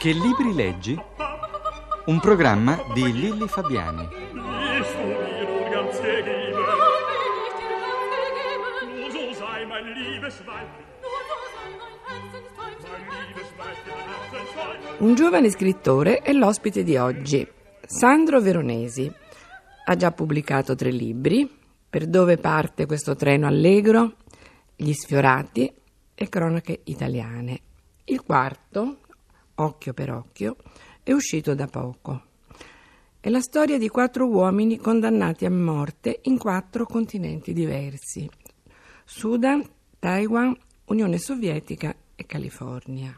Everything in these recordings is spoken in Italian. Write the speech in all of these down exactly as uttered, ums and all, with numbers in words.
Che libri leggi? Un programma di Lilli Fabiani. Un giovane scrittore è l'ospite di oggi, Sandro Veronesi. Ha già pubblicato tre libri: Per dove parte questo treno allegro, Gli sfiorati e Cronache italiane. Il quarto, Occhio per occhio, è uscito da poco. È la storia di quattro uomini condannati a morte in quattro continenti diversi: Sudan, Taiwan, Unione Sovietica e California.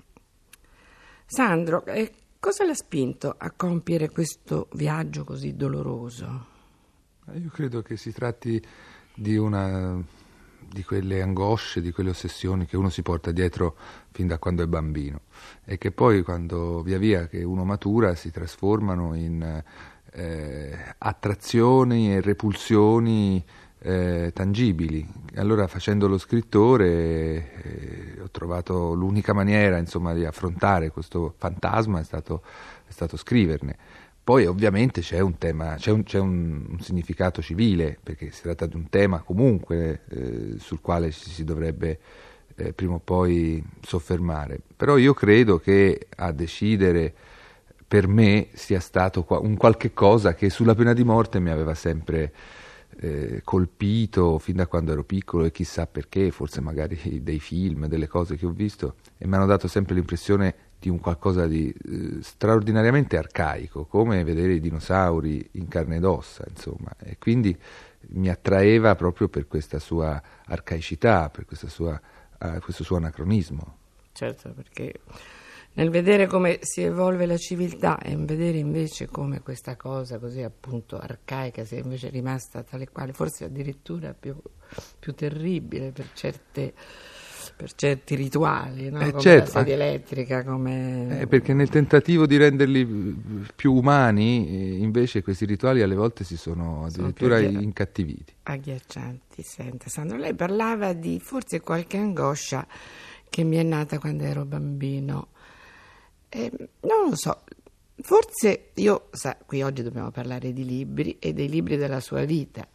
Sandro, eh, cosa l'ha spinto a compiere questo viaggio così doloroso? Io credo che si tratti di una di quelle angosce, di quelle ossessioni che uno si porta dietro fin da quando è bambino e che poi, quando via via che uno matura, si trasformano in eh, attrazioni e repulsioni eh, tangibili. Allora, facendo lo scrittore, eh, ho trovato l'unica maniera, insomma, di affrontare questo fantasma è stato, è stato scriverne. Poi ovviamente c'è un tema, c'è un, c'è un, un significato civile, perché si tratta di un tema comunque eh, sul quale ci si dovrebbe eh, prima o poi soffermare. Però io credo che a decidere per me sia stato un qualche cosa che sulla pena di morte mi aveva sempre eh, colpito fin da quando ero piccolo, e chissà perché, forse magari dei film, delle cose che ho visto, e mi hanno dato sempre l'impressione di un qualcosa di eh, straordinariamente arcaico, come vedere i dinosauri in carne ed ossa, insomma, e quindi mi attraeva proprio per questa sua arcaicità, per questa sua, uh, questo suo anacronismo. Certo, perché nel vedere come si evolve la civiltà e in vedere invece come questa cosa così appunto arcaica sia invece rimasta tale quale, forse addirittura più, più terribile per certe per certi rituali, no? Eh, Come certo, la sedia elettrica, come... Eh, perché nel tentativo di renderli più umani, invece questi rituali alle volte si sono addirittura sono aghi- incattiviti. Agghiaccianti. Senta, Sandro, lei parlava di forse qualche angoscia che mi è nata quando ero bambino. Eh, non lo so, forse io, sa, qui oggi dobbiamo parlare di libri e dei libri della sua vita.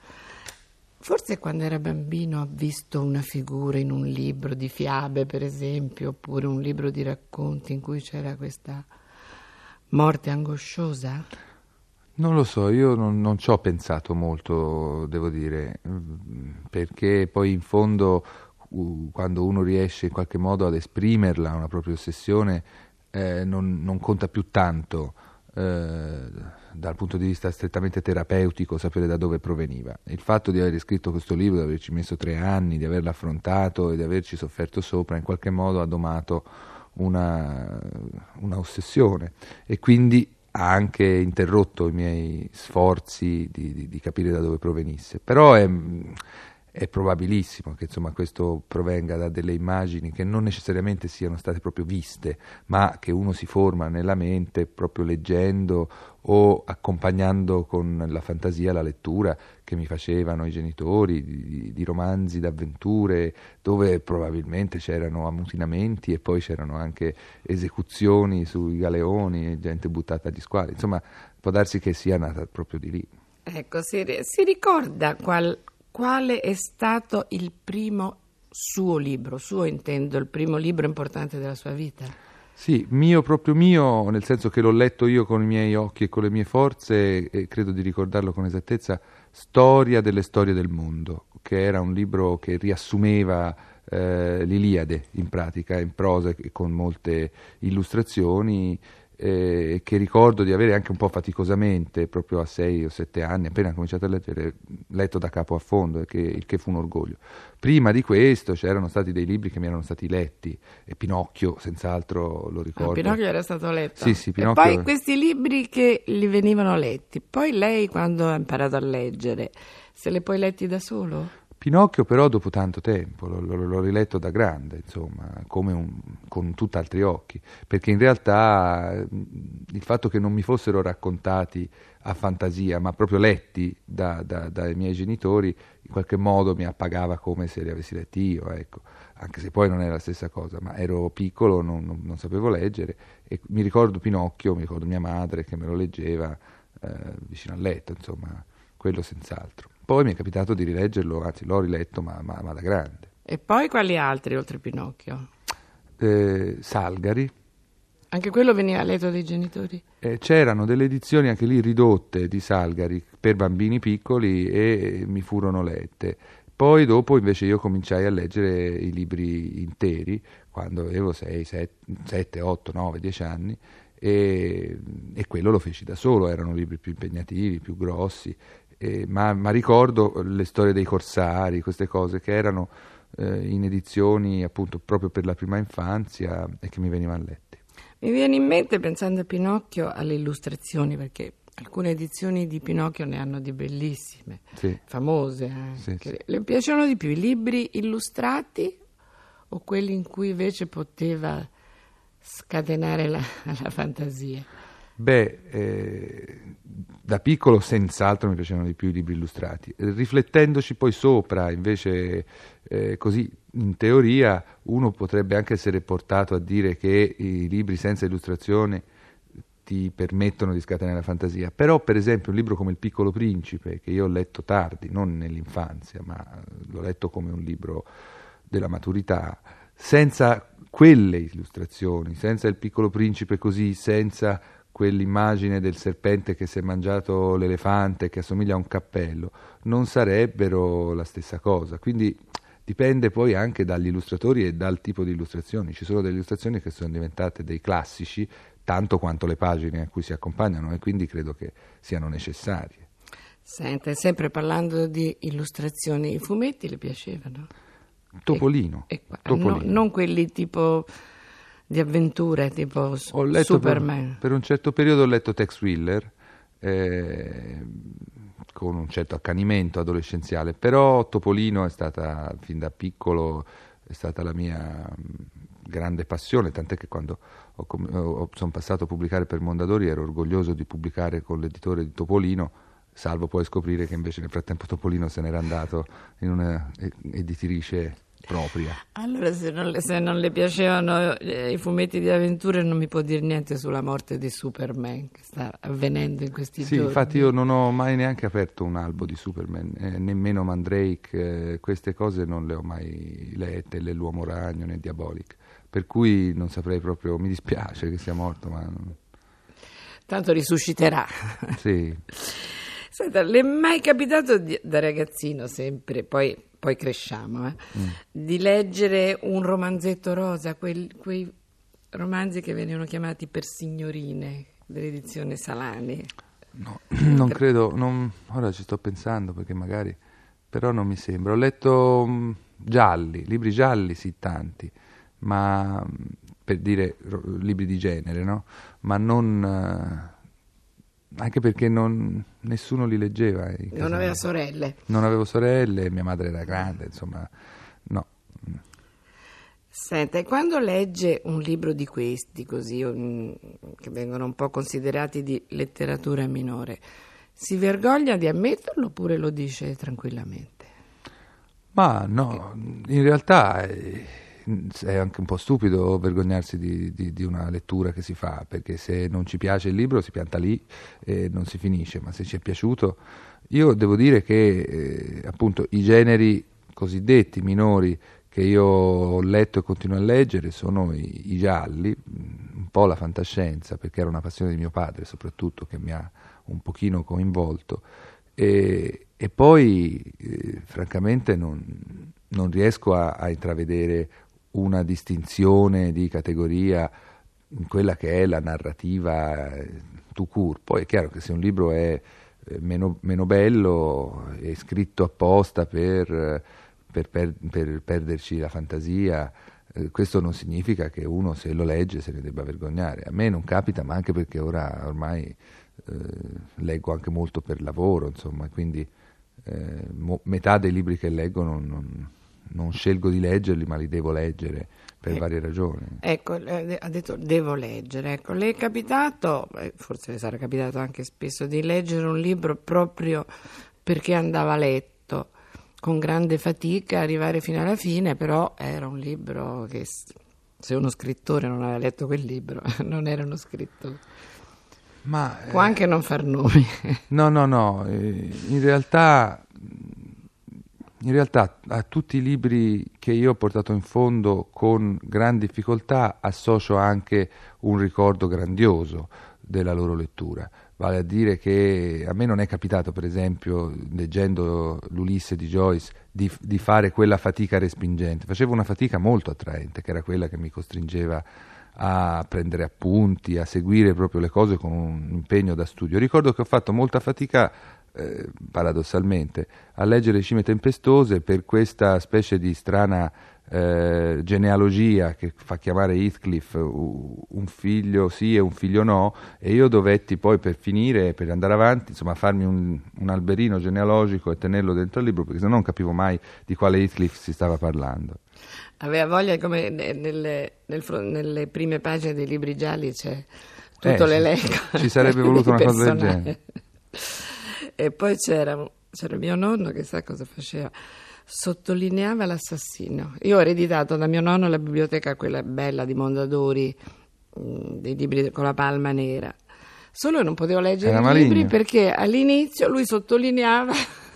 Forse quando era bambino ha visto una figura in un libro di fiabe, per esempio, oppure un libro di racconti in cui c'era questa morte angosciosa? Non lo so, io non, non ci ho pensato molto, devo dire, perché poi in fondo quando uno riesce in qualche modo ad esprimerla, una propria ossessione, eh, non, non conta più tanto. Eh, dal punto di vista strettamente terapeutico, sapere da dove proveniva. Il fatto di aver scritto questo libro, di averci messo tre anni, di averlo affrontato e di averci sofferto sopra, in qualche modo ha domato una, una ossessione, e quindi ha anche interrotto i miei sforzi di, di, di capire da dove provenisse. Però è È probabilissimo che, insomma, questo provenga da delle immagini che non necessariamente siano state proprio viste, ma che uno si forma nella mente proprio leggendo o accompagnando con la fantasia la lettura che mi facevano i genitori di, di romanzi d'avventure, dove probabilmente c'erano ammutinamenti e poi c'erano anche esecuzioni sui galeoni e gente buttata agli squali. Insomma, può darsi che sia nata proprio di lì. Ecco, si, si ricorda qual... Quale è stato il primo suo libro? Suo intendo, il primo libro importante della sua vita? Sì, mio, proprio mio, nel senso che l'ho letto io con i miei occhi e con le mie forze, e credo di ricordarlo con esattezza, Storia delle storie del mondo, che era un libro che riassumeva eh, l'Iliade in pratica, in prosa e con molte illustrazioni, Eh, che ricordo di avere anche un po' faticosamente, proprio a sei o sette anni, appena cominciato a leggere, letto da capo a fondo, e che, il che fu un orgoglio. Prima di questo c'erano stati dei libri che mi erano stati letti, e Pinocchio senz'altro lo ricordo. Ah, Pinocchio era stato letto? Sì, sì, Pinocchio. E poi questi libri che gli venivano letti, poi lei, quando ha imparato a leggere, se li poi letti da solo? Pinocchio però dopo tanto tempo, l'ho, l'ho riletto da grande, insomma, come un, con tutt'altri occhi, perché in realtà il fatto che non mi fossero raccontati a fantasia, ma proprio letti da, da, dai miei genitori, in qualche modo mi appagava come se li avessi letti io, ecco. Anche se poi non è la stessa cosa, ma ero piccolo, non, non, non sapevo leggere, e mi ricordo Pinocchio, mi ricordo mia madre che me lo leggeva eh, vicino al letto, insomma, quello senz'altro. Poi mi è capitato di rileggerlo, anzi l'ho riletto, ma, ma, ma da grande. E poi quali altri oltre Pinocchio? Eh, Salgari. Anche quello veniva letto dai genitori? Eh, c'erano delle edizioni anche lì ridotte di Salgari per bambini piccoli e mi furono lette. Poi dopo invece io cominciai a leggere i libri interi quando avevo sei, sette, otto, nove, dieci anni e, e quello lo feci da solo, erano libri più impegnativi, più grossi. Eh, ma, ma ricordo le storie dei corsari, queste cose che erano eh, in edizioni appunto proprio per la prima infanzia e che mi venivano lette. Mi viene in mente, pensando a Pinocchio, alle illustrazioni, perché alcune edizioni di Pinocchio ne hanno di bellissime, sì. famose anche. Sì, sì. Le piacciono di più i libri illustrati o quelli in cui invece poteva scatenare la, la fantasia? Beh, eh, da piccolo senz'altro mi piacevano di più i libri illustrati. Riflettendoci poi sopra, invece, eh, così in teoria, uno potrebbe anche essere portato a dire che i libri senza illustrazione ti permettono di scatenare la fantasia. Però, per esempio, un libro come Il Piccolo Principe, che io ho letto tardi, non nell'infanzia, ma l'ho letto come un libro della maturità, senza quelle illustrazioni, senza Il Piccolo Principe così, senza quell'immagine del serpente che si è mangiato l'elefante che assomiglia a un cappello, non sarebbero la stessa cosa. Quindi dipende poi anche dagli illustratori e dal tipo di illustrazioni. Ci sono delle illustrazioni che sono diventate dei classici tanto quanto le pagine a cui si accompagnano e quindi credo che siano necessarie. Senta, sempre parlando di illustrazioni, i fumetti le piacevano? Topolino. E, e, Topolino. No, non quelli tipo di avventure, tipo ho letto Superman. Per, per un certo periodo ho letto Tex Willer, eh, con un certo accanimento adolescenziale, però Topolino è stata, fin da piccolo, è stata la mia grande passione, tant'è che quando ho, ho, sono passato a pubblicare per Mondadori ero orgoglioso di pubblicare con l'editore di Topolino, salvo poi scoprire che invece nel frattempo Topolino se n'era andato in una editrice propria. Allora, se non le, se non le piacevano eh, i fumetti di avventure, non mi può dire niente sulla morte di Superman che sta avvenendo in questi sì, giorni. Sì, infatti io non ho mai neanche aperto un albo di Superman, eh, nemmeno Mandrake, eh, queste cose non le ho mai lette, né l'Uomo Ragno né Diabolic, per cui non saprei proprio, mi dispiace che sia morto, ma non... Tanto risusciterà. Sì. Senta, le è mai capitato di, da ragazzino sempre, poi, poi cresciamo, eh, mm. di leggere un romanzetto rosa, quel, quei romanzi che venivano chiamati per signorine, dell'edizione Salani? No, non credo, non, ora ci sto pensando perché magari, però non mi sembra. Ho letto um, gialli, libri gialli sì tanti, ma per dire libri di genere, no? Ma non... Uh, anche perché non, nessuno li leggeva. Non aveva sorelle? Non avevo sorelle, mia madre era grande, insomma, no. Senta, e quando legge un libro di questi, così, um, che vengono un po' considerati di letteratura minore, si vergogna di ammetterlo oppure lo dice tranquillamente? Ma no, in realtà... È... è anche un po' stupido vergognarsi di, di, di una lettura che si fa, perché se non ci piace il libro si pianta lì e non si finisce, ma se ci è piaciuto, io devo dire che eh, appunto i generi cosiddetti minori che io ho letto e continuo a leggere sono i, i gialli, un po' la fantascienza, perché era una passione di mio padre soprattutto che mi ha un pochino coinvolto, e, e poi eh, francamente non, non riesco a, a intravedere una distinzione di categoria in quella che è la narrativa tout court. Poi è chiaro che se un libro è meno, meno bello, è scritto apposta per, per, per, per perderci la fantasia, eh, questo non significa che uno se lo legge se ne debba vergognare. A me non capita, ma anche perché ora ormai eh, leggo anche molto per lavoro, insomma, quindi eh, mo- metà dei libri che leggo non, non, non scelgo di leggerli, ma li devo leggere per eh, varie ragioni. Ecco, eh, ha detto devo leggere. Ecco, le è capitato, eh, forse le sarà capitato anche spesso, di leggere un libro proprio perché andava letto con grande fatica, arrivare fino alla fine, però era un libro che se uno scrittore non aveva letto quel libro non era uno scrittore. Ma, Può eh, anche non far nomi. No, no, no, eh, in realtà, in realtà a tutti i libri che io ho portato in fondo con gran difficoltà associo anche un ricordo grandioso della loro lettura. Vale a dire che a me non è capitato, per esempio, leggendo l'Ulisse di Joyce, di, di fare quella fatica respingente. Facevo una fatica molto attraente, che era quella che mi costringeva a prendere appunti, a seguire proprio le cose con un impegno da studio. Ricordo che ho fatto molta fatica, eh, paradossalmente, a leggere Cime tempestose per questa specie di strana eh, genealogia che fa chiamare Heathcliff uh, un figlio sì e un figlio no, e io dovetti poi, per finire, per andare avanti, insomma, farmi un, un alberino genealogico e tenerlo dentro il libro, perché sennò non capivo mai di quale Heathcliff si stava parlando. Aveva voglia, come nelle, nel, nelle prime pagine dei libri gialli c'è tutto eh, l'elenco. Ci sarebbe voluto una cosa del genere. E poi c'era, c'era mio nonno che sa cosa faceva, sottolineava l'assassino. Io ho ereditato da mio nonno la biblioteca, quella bella di Mondadori, dei libri con la palma nera. Solo non potevo leggere Era i maligno. libri perché all'inizio lui sottolineava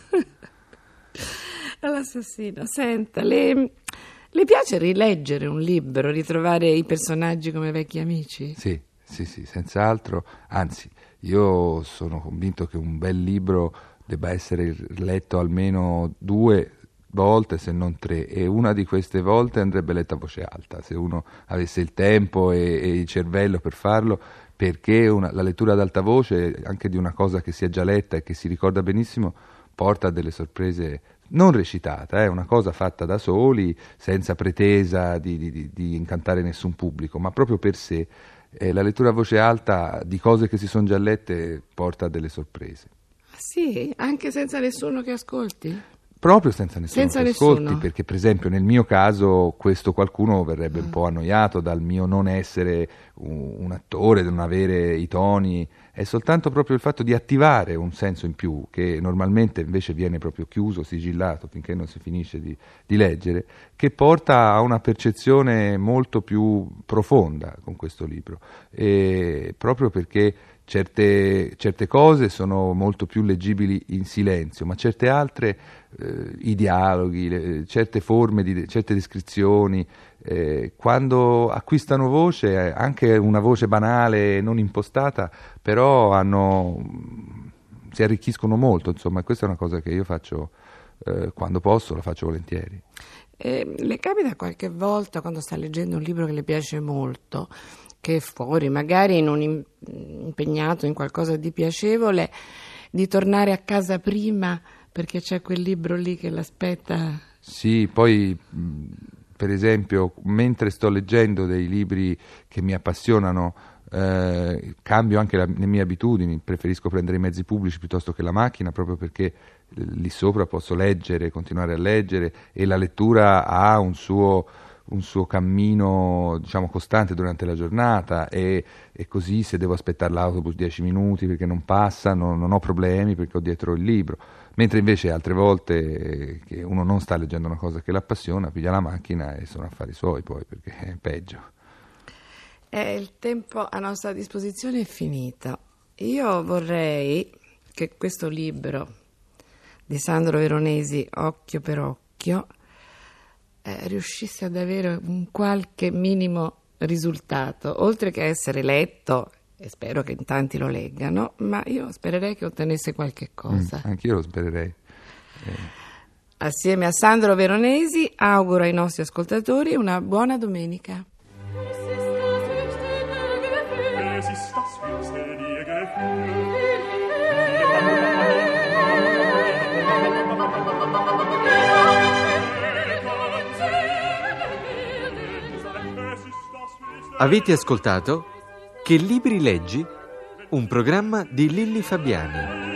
l'assassino. Senta, le... Le piace rileggere un libro, ritrovare i personaggi come vecchi amici? Sì, sì, sì, senz'altro. Anzi, io sono convinto che un bel libro debba essere letto almeno due volte, se non tre, e una di queste volte andrebbe letta a voce alta, se uno avesse il tempo e, e il cervello per farlo, perché una, la lettura ad alta voce, anche di una cosa che si è già letta e che si ricorda benissimo, porta a delle sorprese. Non recitata, è eh, una cosa fatta da soli, senza pretesa di, di, di incantare nessun pubblico, ma proprio per sé. Eh, la lettura a voce alta di cose che si sono già lette porta a delle sorprese. Sì, anche senza nessuno che ascolti? Proprio senza nessuno Senza che ascolti, nessuno. perché per esempio nel mio caso questo qualcuno verrebbe Mm. un po' annoiato dal mio non essere un, un attore, non avere i toni. È soltanto proprio il fatto di attivare un senso in più, che normalmente invece viene proprio chiuso, sigillato, finché non si finisce di, di leggere, che porta a una percezione molto più profonda con questo libro. E proprio perché certe, certe cose sono molto più leggibili in silenzio, ma certe altre, eh, i dialoghi, le, certe forme, di, certe descrizioni, Eh, quando acquistano voce, eh, anche una voce banale, non impostata, però hanno, si arricchiscono molto, insomma, questa è una cosa che io faccio eh, quando posso, la faccio volentieri. Eh, le capita qualche volta, quando sta leggendo un libro che le piace molto, che è fuori, magari in un im- impegnato in qualcosa di piacevole, di tornare a casa prima perché c'è quel libro lì che l'aspetta? Sì, poi mh, per esempio, mentre sto leggendo dei libri che mi appassionano, eh, cambio anche la, le mie abitudini, preferisco prendere i mezzi pubblici piuttosto che la macchina, proprio perché eh, lì sopra posso leggere, continuare a leggere, e la lettura ha un suo, un suo cammino, diciamo, costante durante la giornata, e, e così se devo aspettare l'autobus dieci minuti perché non passa, non, non ho problemi perché ho dietro il libro. Mentre invece altre volte eh, che uno non sta leggendo una cosa che l'appassiona, piglia la macchina e sono affari suoi poi, perché è peggio. Eh, il tempo a nostra disposizione è finito. Io vorrei che questo libro di Sandro Veronesi, Occhio per Occhio, eh, riuscisse ad avere un qualche minimo risultato, oltre che essere letto, e spero che in tanti lo leggano, ma io spererei che ottenesse qualche cosa. Mm, anch'io lo spererei. Eh. Assieme a Sandro Veronesi auguro ai nostri ascoltatori una buona domenica. Avete ascoltato Che libri leggi? Un programma di Lilli Fabiani.